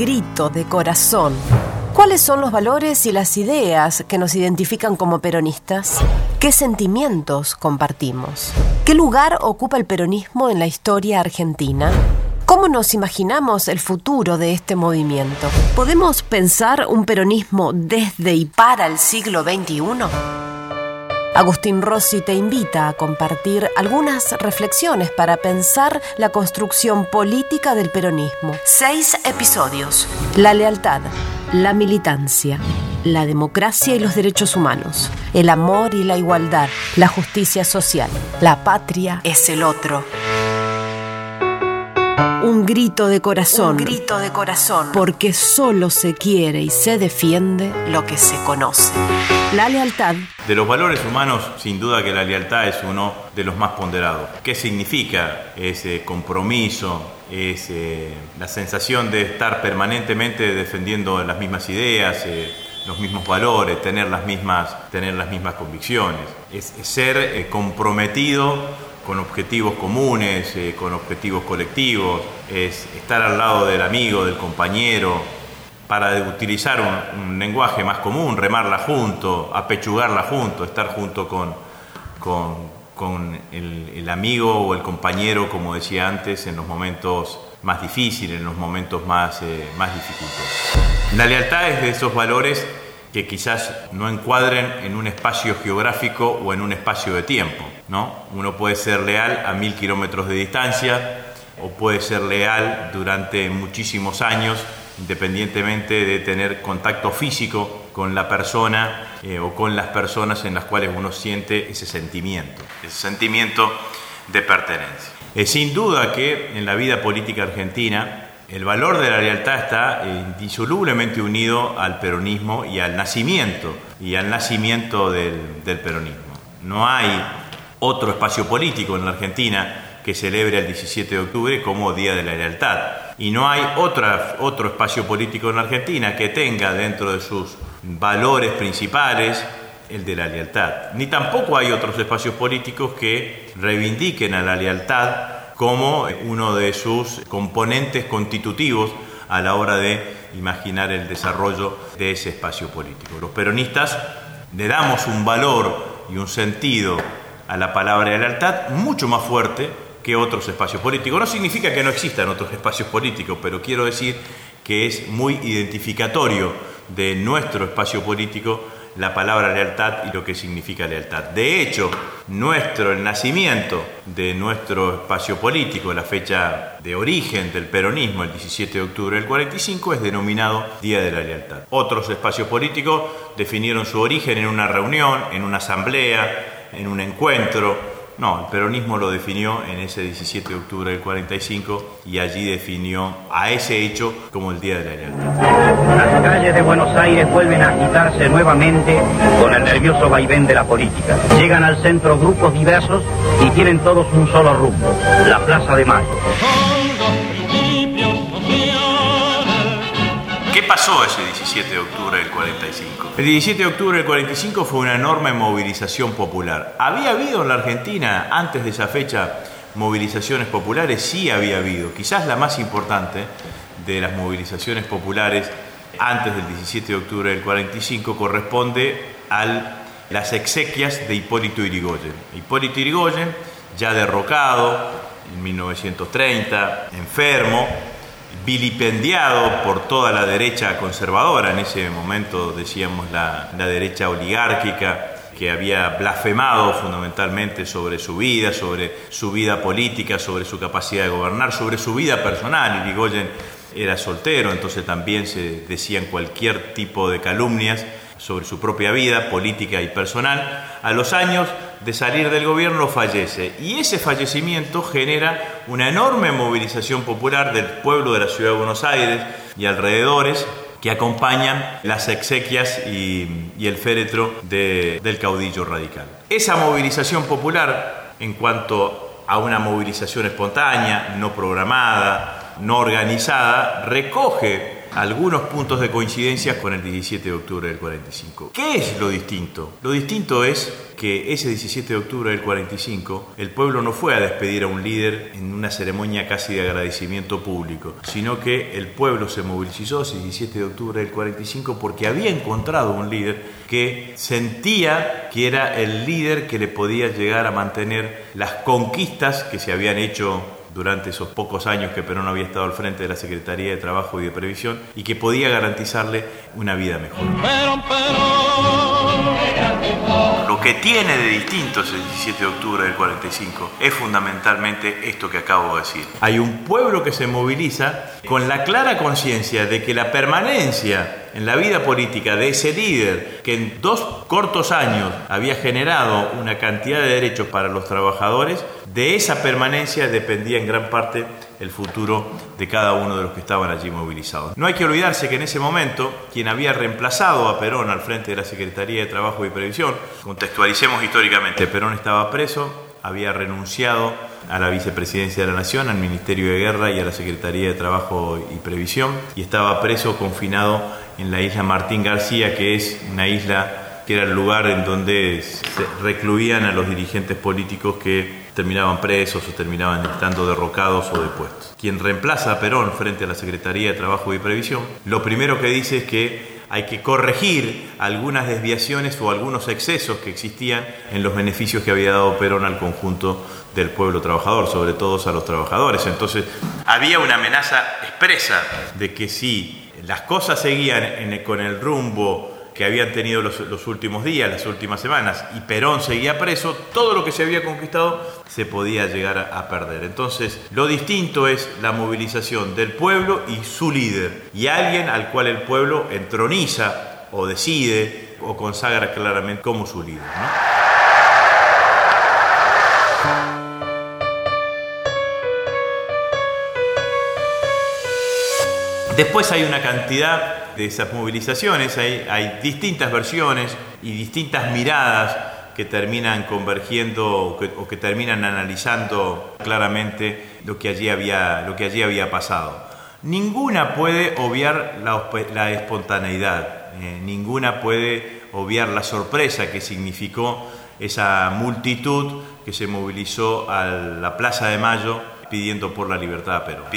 grito de corazón. ¿Cuáles son los valores y las ideas que nos identifican como peronistas? ¿Qué sentimientos compartimos? ¿Qué lugar ocupa el peronismo en la historia argentina? ¿Cómo nos imaginamos el futuro de este movimiento? ¿Podemos pensar un peronismo desde y para el siglo XXI? Agustín Rossi te invita a compartir algunas reflexiones para pensar la construcción política del peronismo. 6 episodios. La lealtad, la militancia, la democracia y los derechos humanos, el amor y la igualdad, la justicia social. La patria es el otro. Un grito de corazón. Un grito de corazón. Porque solo se quiere y se defiende lo que se conoce. La lealtad. De los valores humanos, sin duda que la lealtad es uno de los más ponderados. ¿Qué significa ese compromiso? Es la sensación de estar permanentemente defendiendo las mismas ideas, los mismos valores, tener las mismas convicciones. Es ser comprometido con objetivos comunes, con objetivos colectivos, es estar al lado del amigo, del compañero, para utilizar un lenguaje más común, remarla junto, apechugarla junto, estar junto con el amigo o el compañero, como decía antes, en los momentos más difíciles, en los momentos más dificultosos. La lealtad es de esos valores que quizás no encuadren en un espacio geográfico o en un espacio de tiempo, ¿no? Uno puede ser leal a 1000 kilómetros de distancia o puede ser leal durante muchísimos años, independientemente de tener contacto físico con la persona o con las personas en las cuales uno siente ese sentimiento de pertenencia. Sin duda que en la vida política argentina el valor de la lealtad está indisolublemente unido al peronismo y al nacimiento del peronismo. No hay otro espacio político en la Argentina que celebre el 17 de octubre como Día de la Lealtad. Y no hay otro espacio político en la Argentina que tenga dentro de sus valores principales el de la lealtad. Ni tampoco hay otros espacios políticos que reivindiquen a la lealtad como uno de sus componentes constitutivos a la hora de imaginar el desarrollo de ese espacio político. Los peronistas le damos un valor y un sentido a la palabra lealtad mucho más fuerte que otros espacios políticos. No significa que no existan otros espacios políticos, pero quiero decir que es muy identificatorio de nuestro espacio político la palabra lealtad y lo que significa lealtad. De hecho, el nacimiento de nuestro espacio político, la fecha de origen del peronismo, el 17 de octubre del 45, es denominado Día de la Lealtad. Otros espacios políticos definieron su origen en una reunión, en una asamblea, en un encuentro. No, el peronismo lo definió en ese 17 de octubre del 45 y allí definió a ese hecho como el Día de la Lealtad. Las calles de Buenos Aires vuelven a agitarse nuevamente con el nervioso vaivén de la política. Llegan al centro grupos diversos y tienen todos un solo rumbo, la Plaza de Mayo. ¿Qué pasó ese 17 de octubre del 45? El 17 de octubre del 45 fue una enorme movilización popular. ¿Había habido en la Argentina, antes de esa fecha, movilizaciones populares? Sí había habido. Quizás la más importante de las movilizaciones populares antes del 17 de octubre del 45 corresponde a las exequias de Hipólito Yrigoyen. Hipólito Yrigoyen, ya derrocado en 1930, enfermo, vilipendiado por toda la derecha conservadora, en ese momento decíamos la derecha oligárquica, que había blasfemado fundamentalmente sobre su vida política, sobre su capacidad de gobernar, sobre su vida personal. Yrigoyen era soltero, entonces también se decían cualquier tipo de calumnias sobre su propia vida política y personal. A los años de salir del gobierno fallece, y ese fallecimiento genera una enorme movilización popular del pueblo de la ciudad de Buenos Aires y alrededores, que acompañan las exequias y el féretro del caudillo radical. Esa movilización popular, en cuanto a una movilización espontánea, no programada, no organizada, recoge algunos puntos de coincidencia con el 17 de octubre del 45. ¿Qué es lo distinto? Lo distinto es que ese 17 de octubre del 45 el pueblo no fue a despedir a un líder en una ceremonia casi de agradecimiento público, sino que el pueblo se movilizó ese 17 de octubre del 45 porque había encontrado un líder que sentía que era el líder que le podía llegar a mantener las conquistas que se habían hecho durante esos pocos años que Perón había estado al frente de la Secretaría de Trabajo y de Previsión y que podía garantizarle una vida mejor. Lo que tiene de distinto ese 17 de octubre del 45 es fundamentalmente esto que acabo de decir. Hay un pueblo que se moviliza con la clara conciencia de que la permanencia en la vida política de ese líder que en 2 cortos años había generado una cantidad de derechos para los trabajadores, de esa permanencia dependía en gran parte el futuro de cada uno de los que estaban allí movilizados. No hay que olvidarse que en ese momento quien había reemplazado a Perón al frente de la Secretaría de Trabajo y Previsión, contextualicemos históricamente, Perón estaba preso, había renunciado a la vicepresidencia de la Nación, al Ministerio de Guerra y a la Secretaría de Trabajo y Previsión, y estaba preso, confinado en la isla Martín García, que es una isla que era el lugar en donde se recluían a los dirigentes políticos que terminaban presos o terminaban estando derrocados o depuestos. Quien reemplaza a Perón frente a la Secretaría de Trabajo y Previsión, lo primero que dice es que hay que corregir algunas desviaciones o algunos excesos que existían en los beneficios que había dado Perón al conjunto del pueblo trabajador, sobre todo a los trabajadores. Entonces, había una amenaza expresa de que si las cosas seguían con el rumbo que habían tenido los últimos días, las últimas semanas, y Perón seguía preso, todo lo que se había conquistado se podía llegar a perder. Entonces, lo distinto es la movilización del pueblo y su líder, y alguien al cual el pueblo entroniza o decide o consagra claramente como su líder, ¿no? Después hay una cantidad de esas movilizaciones, hay distintas versiones y distintas miradas que terminan convergiendo o que terminan analizando claramente lo que allí había pasado. Ninguna puede obviar la espontaneidad, ninguna puede obviar la sorpresa que significó esa multitud que se movilizó a la Plaza de Mayo pidiendo por la libertad a Perón.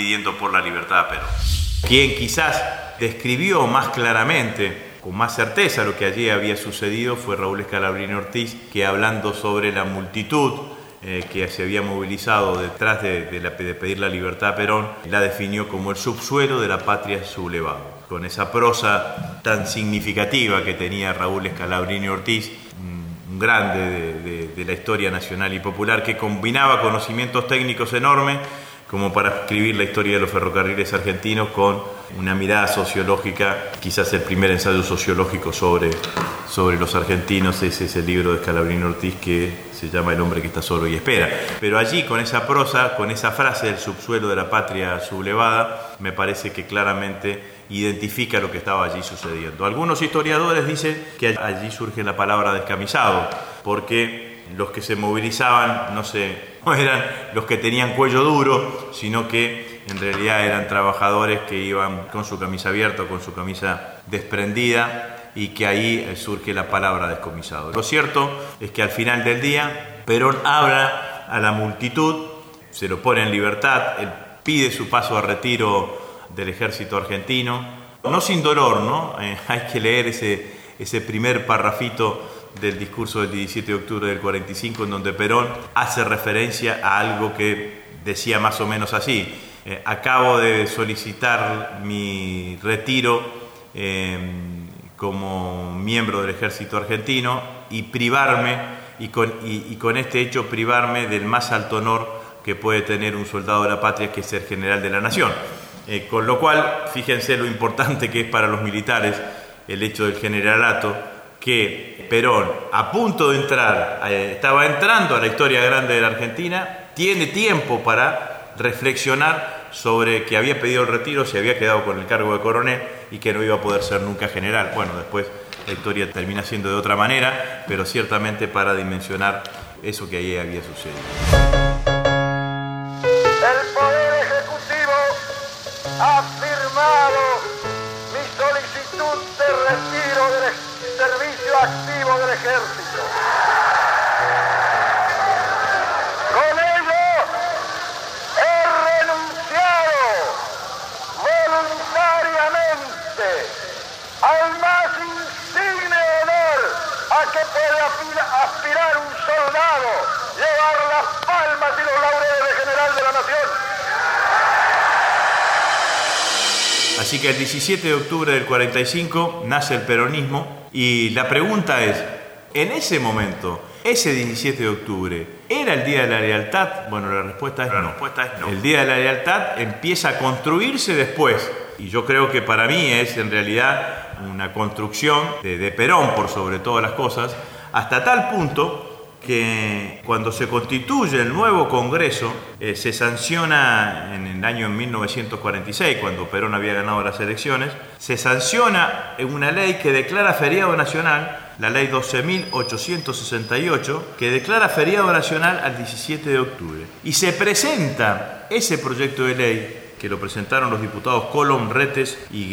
Quien quizás describió más claramente, con más certeza, lo que allí había sucedido fue Raúl Scalabrini Ortiz, que hablando sobre la multitud que se había movilizado detrás de pedir la libertad a Perón, la definió como el subsuelo de la patria sublevada. Con esa prosa tan significativa que tenía Raúl Scalabrini Ortiz, un grande de la historia nacional y popular, que combinaba conocimientos técnicos enormes como para escribir la historia de los ferrocarriles argentinos con una mirada sociológica, quizás el primer ensayo sociológico sobre los argentinos es ese libro de Scalabrini Ortiz que se llama El hombre que está solo y espera. Pero allí, con esa prosa, con esa frase del subsuelo de la patria sublevada, me parece que claramente identifica lo que estaba allí sucediendo. Algunos historiadores dicen que allí surge la palabra descamisado, porque los que se movilizaban no eran los que tenían cuello duro, sino que en realidad eran trabajadores que iban con su camisa abierta o con su camisa desprendida, y que ahí surge la palabra descomisado. Lo cierto es que al final del día Perón habla a la multitud, se lo pone en libertad, él pide su paso a retiro del ejército argentino, no sin dolor, ¿no? Hay que leer ese primer parrafito del discurso del 17 de octubre del 45, en donde Perón hace referencia a algo que decía más o menos así: acabo de solicitar mi retiro como miembro del ejército argentino y privarme, y con este hecho privarme del más alto honor que puede tener un soldado de la patria, que es ser general de la nación. Con lo cual, fíjense lo importante que es para los militares el hecho del generalato, que Perón, a punto de entrar, estaba entrando a la historia grande de la Argentina, tiene tiempo para reflexionar sobre que había pedido el retiro, se había quedado con el cargo de coronel y que no iba a poder ser nunca general. Bueno, después la historia termina siendo de otra manera, pero ciertamente para dimensionar eso que ahí había sucedido. El Poder Ejecutivo ha firmado solicitud de retiro del servicio activo del ejército. Con ello he renunciado voluntariamente al más insigne honor a que puede aspirar un soldado, llevar las palmas y los laureles de general de la nación. Así que el 17 de octubre del 45 nace el peronismo y la pregunta es, en ese momento, ese 17 de octubre, ¿era el Día de la Lealtad? Bueno, la respuesta es no. El Día de la Lealtad empieza a construirse después y yo creo que para mí es en realidad una construcción de Perón por sobre todas las cosas, hasta tal punto que cuando se constituye el nuevo Congreso, se sanciona en el año 1946, cuando Perón había ganado las elecciones, se sanciona una ley que declara feriado nacional, la ley 12.868, que declara feriado nacional al 17 de octubre. Y se presenta ese proyecto de ley, que lo presentaron los diputados Colom, Retes y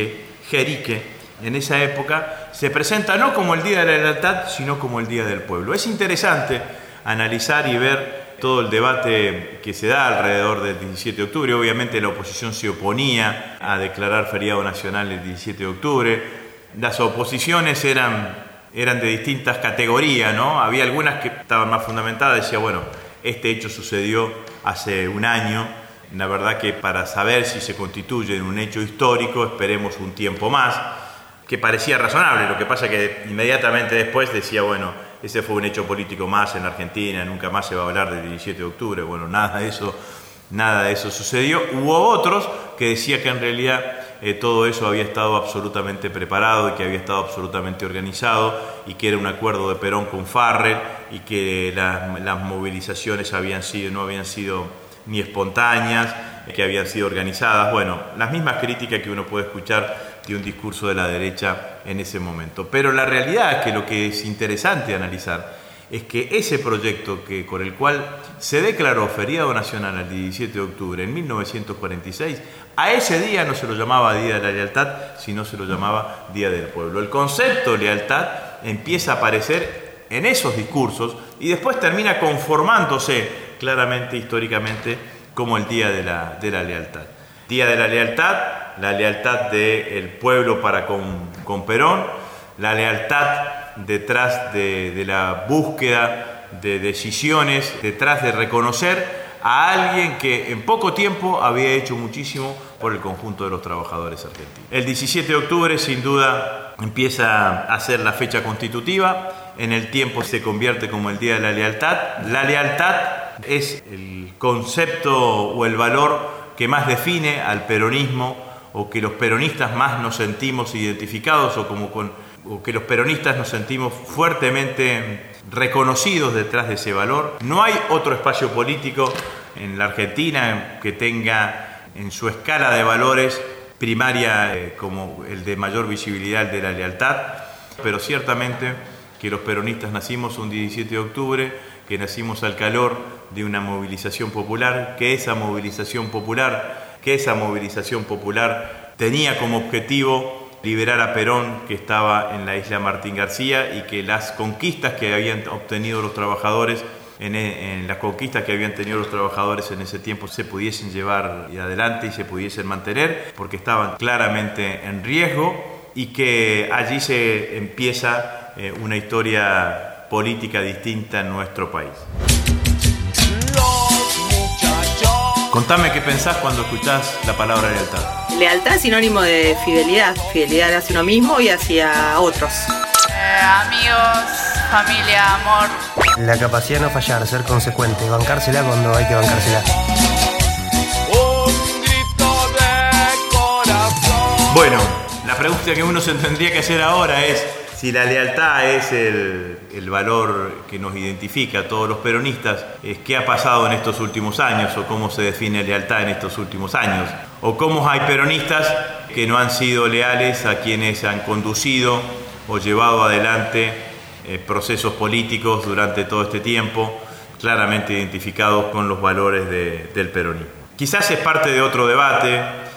Jerique, en esa época, se presenta no como el Día de la Lealtad, sino como el Día del Pueblo. Es interesante analizar y ver todo el debate que se da alrededor del 17 de octubre. Obviamente la oposición se oponía a declarar feriado nacional el 17 de octubre. Las oposiciones eran de distintas categorías, ¿no? Había algunas que estaban más fundamentadas, decía, bueno, este hecho sucedió hace un año. La verdad que para saber si se constituye en un hecho histórico, esperemos un tiempo más, que parecía razonable. Lo que pasa es que inmediatamente después decía, bueno, ese fue un hecho político más en Argentina, nunca más se va a hablar del 17 de octubre. Bueno, nada de eso sucedió. Hubo otros que decían que en realidad todo eso había estado absolutamente preparado y que había estado absolutamente organizado y que era un acuerdo de Perón con Farrell y que las movilizaciones no habían sido ni espontáneas, que habían sido organizadas. Bueno, las mismas críticas que uno puede escuchar de un discurso de la derecha en ese momento. Pero la realidad es que lo que es interesante analizar es que ese proyecto con el cual se declaró feriado nacional el 17 de octubre en 1946, a ese día no se lo llamaba Día de la Lealtad, sino se lo llamaba Día del Pueblo. El concepto de lealtad empieza a aparecer en esos discursos y después termina conformándose claramente, históricamente, como el Día de la Lealtad. Día de la lealtad del pueblo para con Perón, la lealtad detrás de la búsqueda de decisiones, detrás de reconocer a alguien que en poco tiempo había hecho muchísimo por el conjunto de los trabajadores argentinos. El 17 de octubre, sin duda, empieza a ser la fecha constitutiva. En el tiempo se convierte como el Día de la Lealtad. La lealtad es el concepto o el valor que más define al peronismo, o que los peronistas más nos sentimos identificados, o que los peronistas nos sentimos fuertemente reconocidos detrás de ese valor. No hay otro espacio político en la Argentina que tenga en su escala de valores primaria como el de mayor visibilidad, el de la lealtad, pero ciertamente que los peronistas nacimos un 17 de octubre, que nacimos al calor de una movilización popular, que esa movilización popular tenía como objetivo liberar a Perón, que estaba en la isla Martín García, y que las conquistas que habían obtenido los trabajadores en las conquistas que habían tenido los trabajadores en ese tiempo se pudiesen llevar adelante y se pudiesen mantener, porque estaban claramente en riesgo, y que allí se empieza una historia política distinta en nuestro país. Contame qué pensás cuando escuchás la palabra lealtad. Lealtad es sinónimo de fidelidad hacia uno mismo y hacia otros. Amigos, familia, amor. La capacidad de no fallar, ser consecuente, bancársela cuando hay que bancársela. Un grito de corazón. Bueno, la pregunta que uno se tendría que hacer ahora es si la lealtad es el valor que nos identifica a todos los peronistas, es qué ha pasado en estos últimos años, o cómo se define lealtad en estos últimos años, o cómo hay peronistas que no han sido leales a quienes han conducido o llevado adelante procesos políticos durante todo este tiempo, claramente identificados con los valores del peronismo. Quizás es parte de otro debate,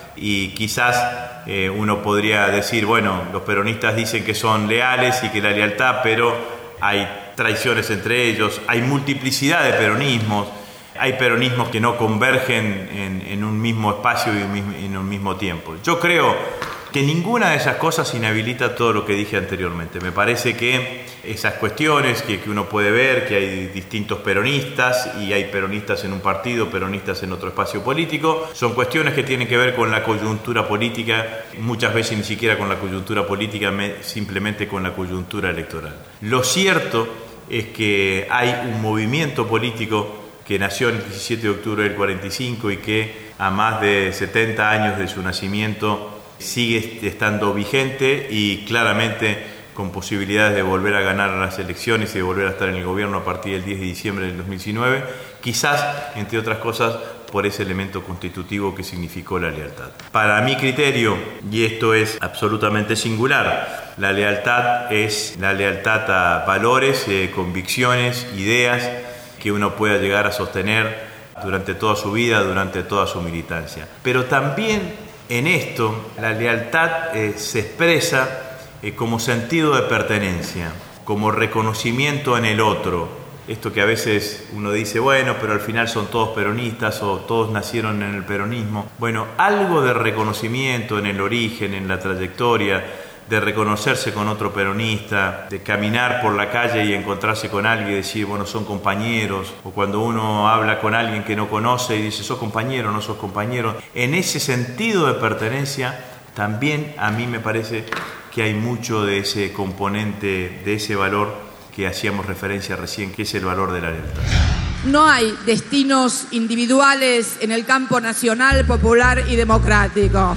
y quizás uno podría decir, bueno, los peronistas dicen que son leales y que la lealtad, pero hay traiciones entre ellos, hay multiplicidad de peronismos, hay peronismos que no convergen en un mismo espacio y en un mismo tiempo. Yo creo que ninguna de esas cosas inhabilita todo lo que dije anteriormente. Me parece que esas cuestiones que uno puede ver, que hay distintos peronistas y hay peronistas en un partido, peronistas en otro espacio político, son cuestiones que tienen que ver con la coyuntura política, muchas veces ni siquiera con la coyuntura política, simplemente con la coyuntura electoral. Lo cierto es que hay un movimiento político que nació el 17 de octubre del 45 y que a más de 70 años de su nacimiento sigue estando vigente y claramente con posibilidades de volver a ganar las elecciones y de volver a estar en el gobierno a partir del 10 de diciembre del 2019, quizás, entre otras cosas, por ese elemento constitutivo que significó la lealtad. Para mi criterio, y esto es absolutamente singular, la lealtad es la lealtad a valores, convicciones, ideas que uno pueda llegar a sostener durante toda su vida, durante toda su militancia. Pero también en esto, la lealtad se expresa como sentido de pertenencia, como reconocimiento en el otro. Esto que a veces uno dice, bueno, pero al final son todos peronistas o todos nacieron en el peronismo. Bueno, algo de reconocimiento en el origen, en la trayectoria, de reconocerse con otro peronista, de caminar por la calle y encontrarse con alguien y decir, bueno, son compañeros, o cuando uno habla con alguien que no conoce y dice, sos compañero, no sos compañero. En ese sentido de pertenencia, también a mí me parece que hay mucho de ese componente, de ese valor que hacíamos referencia recién, que es el valor de la lealtad. No hay destinos individuales en el campo nacional, popular y democrático.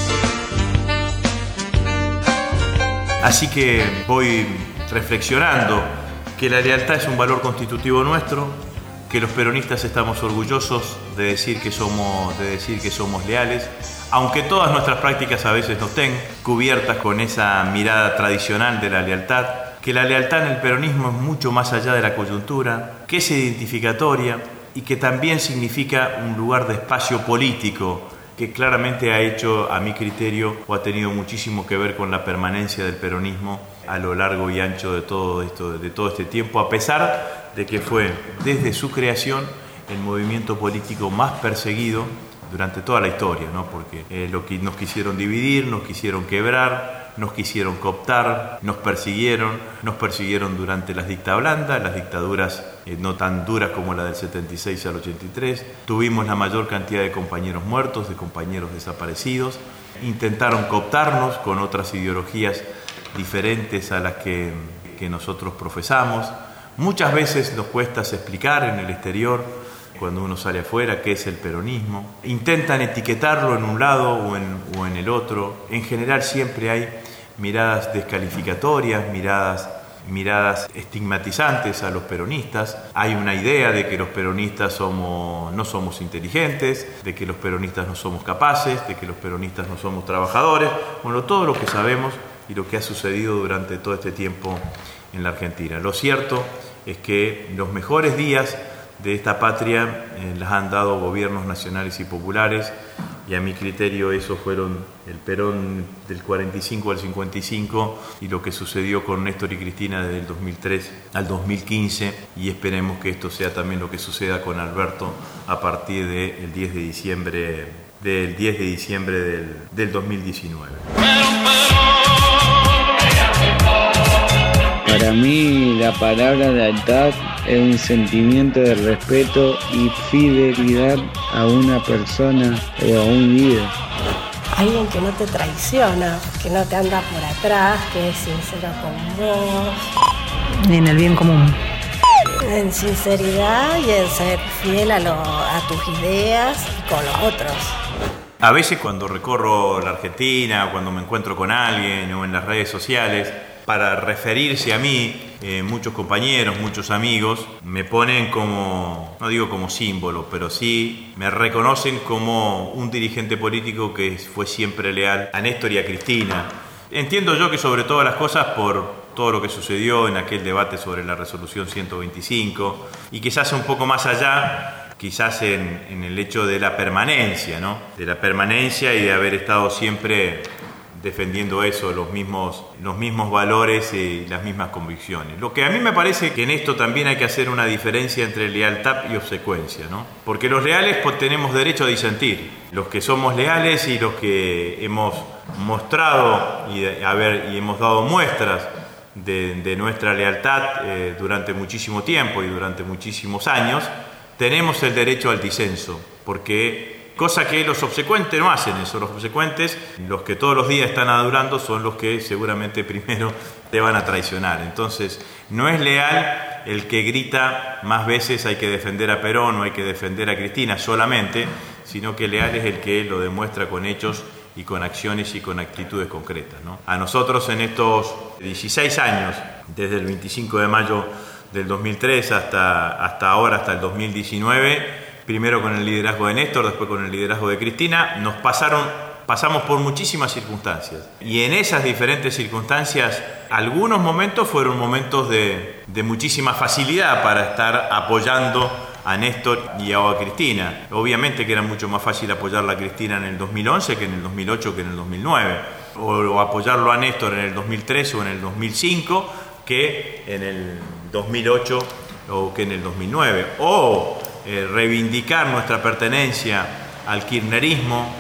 Así que voy reflexionando que la lealtad es un valor constitutivo nuestro, que los peronistas estamos orgullosos de decir que somos leales, aunque todas nuestras prácticas a veces no estén cubiertas con esa mirada tradicional de la lealtad, que la lealtad en el peronismo es mucho más allá de la coyuntura, que es identificatoria y que también significa un lugar de espacio político que claramente ha hecho, a mi criterio, o ha tenido muchísimo que ver con la permanencia del peronismo a lo largo y ancho de todo este tiempo, a pesar de que fue desde su creación el movimiento político más perseguido durante toda la historia, ¿no? Porque lo que nos quisieron dividir, nos quisieron quebrar, nos quisieron cooptar, nos persiguieron durante las dictablandas, las dictaduras no tan duras como la del 76 al 83. Tuvimos la mayor cantidad de compañeros muertos, de compañeros desaparecidos. Intentaron cooptarnos con otras ideologías diferentes a las que nosotros profesamos. Muchas veces nos cuesta explicar en el exterior, cuando uno sale afuera, qué es el peronismo. Intentan etiquetarlo en un lado o en el otro. En general siempre hay miradas descalificatorias, miradas estigmatizantes a los peronistas. Hay una idea de que los peronistas no somos inteligentes, de que los peronistas no somos capaces, de que los peronistas no somos trabajadores. Bueno, todo lo que sabemos y lo que ha sucedido durante todo este tiempo en la Argentina. Lo cierto es que los mejores días de esta patria las han dado gobiernos nacionales y populares, y a mi criterio esos fueron el Perón del 45 al 55 y lo que sucedió con Néstor y Cristina desde el 2003 al 2015, y esperemos que esto sea también lo que suceda con Alberto a partir del 10 de diciembre del 2019. Para mí la palabra lealtad es un sentimiento de respeto y fidelidad a una persona o a un líder. Alguien que no te traiciona, que no te anda por atrás, que es sincero con vos. En el bien común. En sinceridad y en ser fiel a tus ideas y con los otros. A veces cuando recorro la Argentina, cuando me encuentro con alguien o en las redes sociales, para referirse a mí, muchos compañeros, muchos amigos, me ponen como, no digo como símbolo, pero sí me reconocen como un dirigente político que fue siempre leal a Néstor y a Cristina. Entiendo yo que sobre todas las cosas por todo lo que sucedió en aquel debate sobre la resolución 125 y quizás un poco más allá, quizás en el hecho de la permanencia, ¿no? De la permanencia y de haber estado siempre defendiendo eso, los mismos valores y las mismas convicciones. Lo que a mí me parece que en esto también hay que hacer una diferencia entre lealtad y obsecuencia, ¿no? Porque los leales tenemos derecho a disentir. Los que somos leales y los que hemos mostrado y hemos dado muestras de nuestra lealtad durante muchísimo tiempo y durante muchísimos años, tenemos el derecho al disenso, cosa que los obsecuentes no hacen eso. Los obsecuentes, los que todos los días están adorando, son los que seguramente primero te van a traicionar. Entonces, no es leal el que grita más veces hay que defender a Perón o hay que defender a Cristina solamente, sino que leal es el que lo demuestra con hechos y con acciones y con actitudes concretas, ¿no? A nosotros en estos 16 años, desde el 25 de mayo del 2003 hasta ahora, hasta el 2019, primero con el liderazgo de Néstor, después con el liderazgo de Cristina, pasamos por muchísimas circunstancias. Y en esas diferentes circunstancias, algunos momentos fueron momentos de muchísima facilidad para estar apoyando a Néstor y a Cristina. Obviamente que era mucho más fácil apoyarla a Cristina en el 2011 que en el 2008 que en el 2009. O apoyarlo a Néstor en el 2003 o en el 2005 que en el 2008 o que en el 2009. O reivindicar nuestra pertenencia al kirchnerismo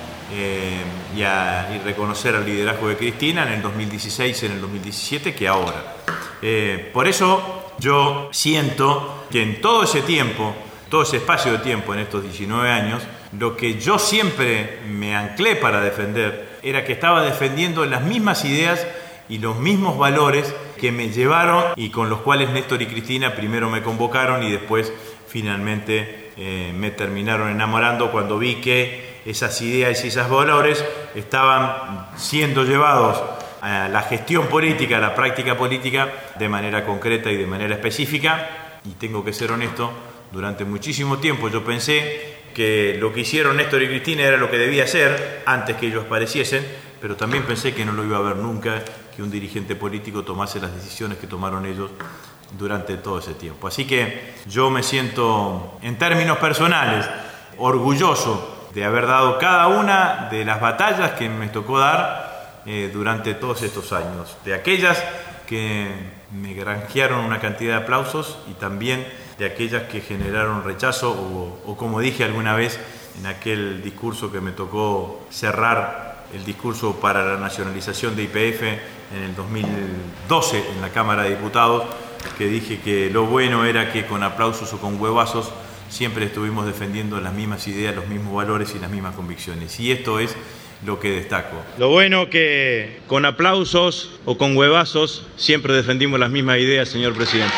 y reconocer el liderazgo de Cristina en el 2016, en el 2017, que ahora. Por eso yo siento que en todo ese tiempo, todo ese espacio de tiempo en estos 19 años, lo que yo siempre me anclé para defender era que estaba defendiendo las mismas ideas y los mismos valores que me llevaron y con los cuales Néstor y Cristina primero me convocaron y después finalmente me terminaron enamorando cuando vi que esas ideas y esos valores estaban siendo llevados a la gestión política, a la práctica política de manera concreta y de manera específica. Y tengo que ser honesto, durante muchísimo tiempo yo pensé que lo que hicieron Néstor y Cristina era lo que debía hacer antes que ellos apareciesen, pero también pensé que no lo iba a ver nunca que un dirigente político tomase las decisiones que tomaron ellos durante todo ese tiempo. Así que yo me siento, en términos personales, orgulloso de haber dado cada una de las batallas que me tocó dar durante todos estos años, de aquellas que me granjearon una cantidad de aplausos y también de aquellas que generaron rechazo o como dije alguna vez en aquel discurso que me tocó cerrar, el discurso para la nacionalización de YPF en el 2012 en la Cámara de Diputados, que dije que lo bueno era que con aplausos o con huevazos siempre estuvimos defendiendo las mismas ideas, los mismos valores y las mismas convicciones. Y esto es lo que destaco. Lo bueno que con aplausos o con huevazos siempre defendimos las mismas ideas, señor presidente.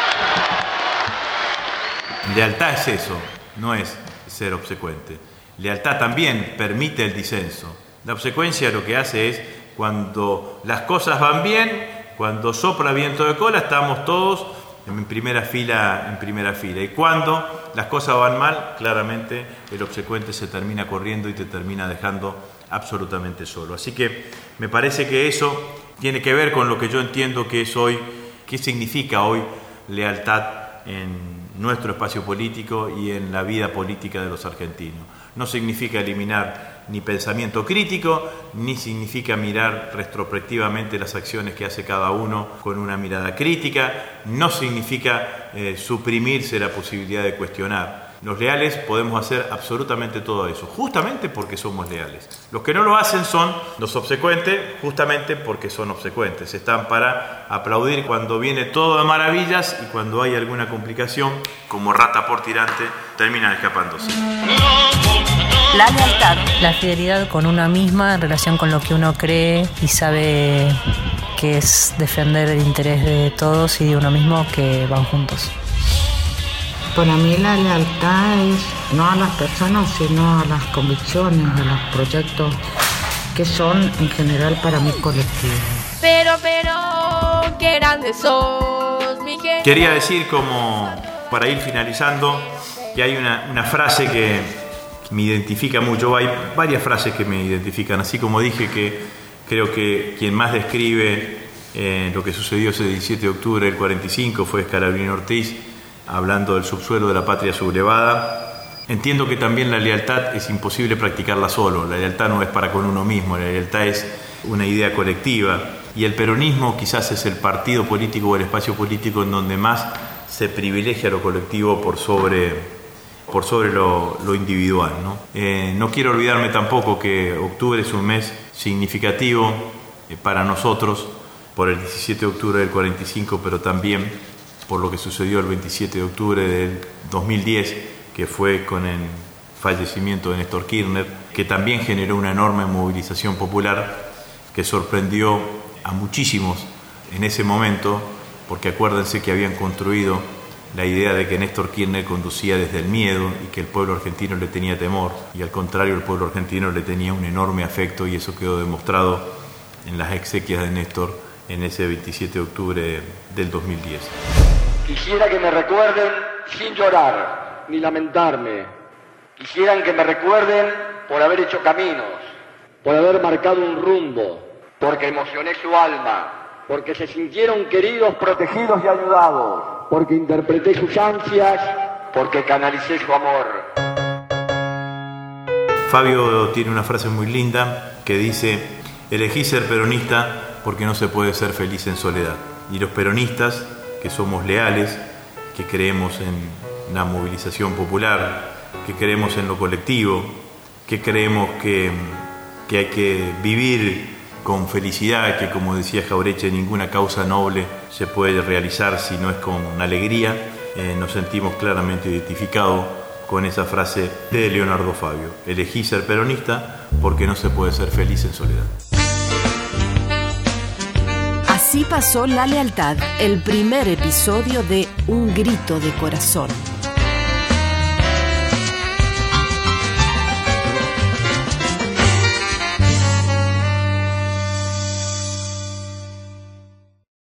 Lealtad es eso, no es ser obsecuente. Lealtad también permite el disenso. La obsecuencia lo que hace es cuando las cosas van bien, cuando sopla viento de cola, estamos todos en primera fila. Y cuando las cosas van mal, claramente el obsecuente se termina corriendo y te termina dejando absolutamente solo. Así que me parece que eso tiene que ver con lo que yo entiendo que es hoy, qué significa hoy lealtad en nuestro espacio político y en la vida política de los argentinos. No significa eliminar ni pensamiento crítico, ni significa mirar retrospectivamente las acciones que hace cada uno con una mirada crítica, no significa suprimirse la posibilidad de cuestionar. Los leales podemos hacer absolutamente todo eso, justamente porque somos leales. Los que no lo hacen son los obsecuentes, justamente porque son obsecuentes. Están para aplaudir cuando viene todo de maravillas y cuando hay alguna complicación, como rata por tirante, terminan escapándose. La lealtad. La fidelidad con una misma en relación con lo que uno cree y sabe que es defender el interés de todos y de uno mismo, que van juntos. Para mí la lealtad es no a las personas, sino a las convicciones, a los proyectos que son en general para mí colectivos. Pero, qué grande sos, mi gente. Quería decir, como para ir finalizando, que hay una frase que me identifica mucho. Hay varias frases que me identifican, así como dije que creo que quien más describe lo que sucedió ese 17 de octubre del 45 fue Scalabrini Ortiz, hablando del subsuelo de la patria sublevada. Entiendo que también la lealtad es imposible practicarla solo. La lealtad no es para con uno mismo, la lealtad es una idea colectiva. Y el peronismo quizás es el partido político o el espacio político en donde más se privilegia lo colectivo por sobre lo individual, ¿no? No quiero olvidarme tampoco que octubre es un mes significativo para nosotros, por el 17 de octubre del 45, pero también por lo que sucedió el 27 de octubre del 2010, que fue con el fallecimiento de Néstor Kirchner, que también generó una enorme movilización popular que sorprendió a muchísimos en ese momento, porque acuérdense que habían construido la idea de que Néstor Kirchner conducía desde el miedo y que el pueblo argentino le tenía temor, y al contrario el pueblo argentino le tenía un enorme afecto, y eso quedó demostrado en las exequias de Néstor en ese 27 de octubre del 2010. Quisiera que me recuerden sin llorar ni lamentarme. Quisieran que me recuerden por haber hecho caminos, por haber marcado un rumbo, porque emocioné su alma, porque se sintieron queridos, protegidos y ayudados, porque interpreté sus ansias, porque canalicé su amor. Fabio tiene una frase muy linda que dice: elegí ser peronista porque no se puede ser feliz en soledad. Y los peronistas, que somos leales, que creemos en la movilización popular, que creemos en lo colectivo, que creemos que hay que vivir con felicidad, que como decía Jauretche, ninguna causa noble se puede realizar si no es con alegría, nos sentimos claramente identificados con esa frase de Leonardo Fabio: elegí ser peronista porque no se puede ser feliz en soledad. Así pasó La Lealtad, el primer episodio de Un Grito de Corazón.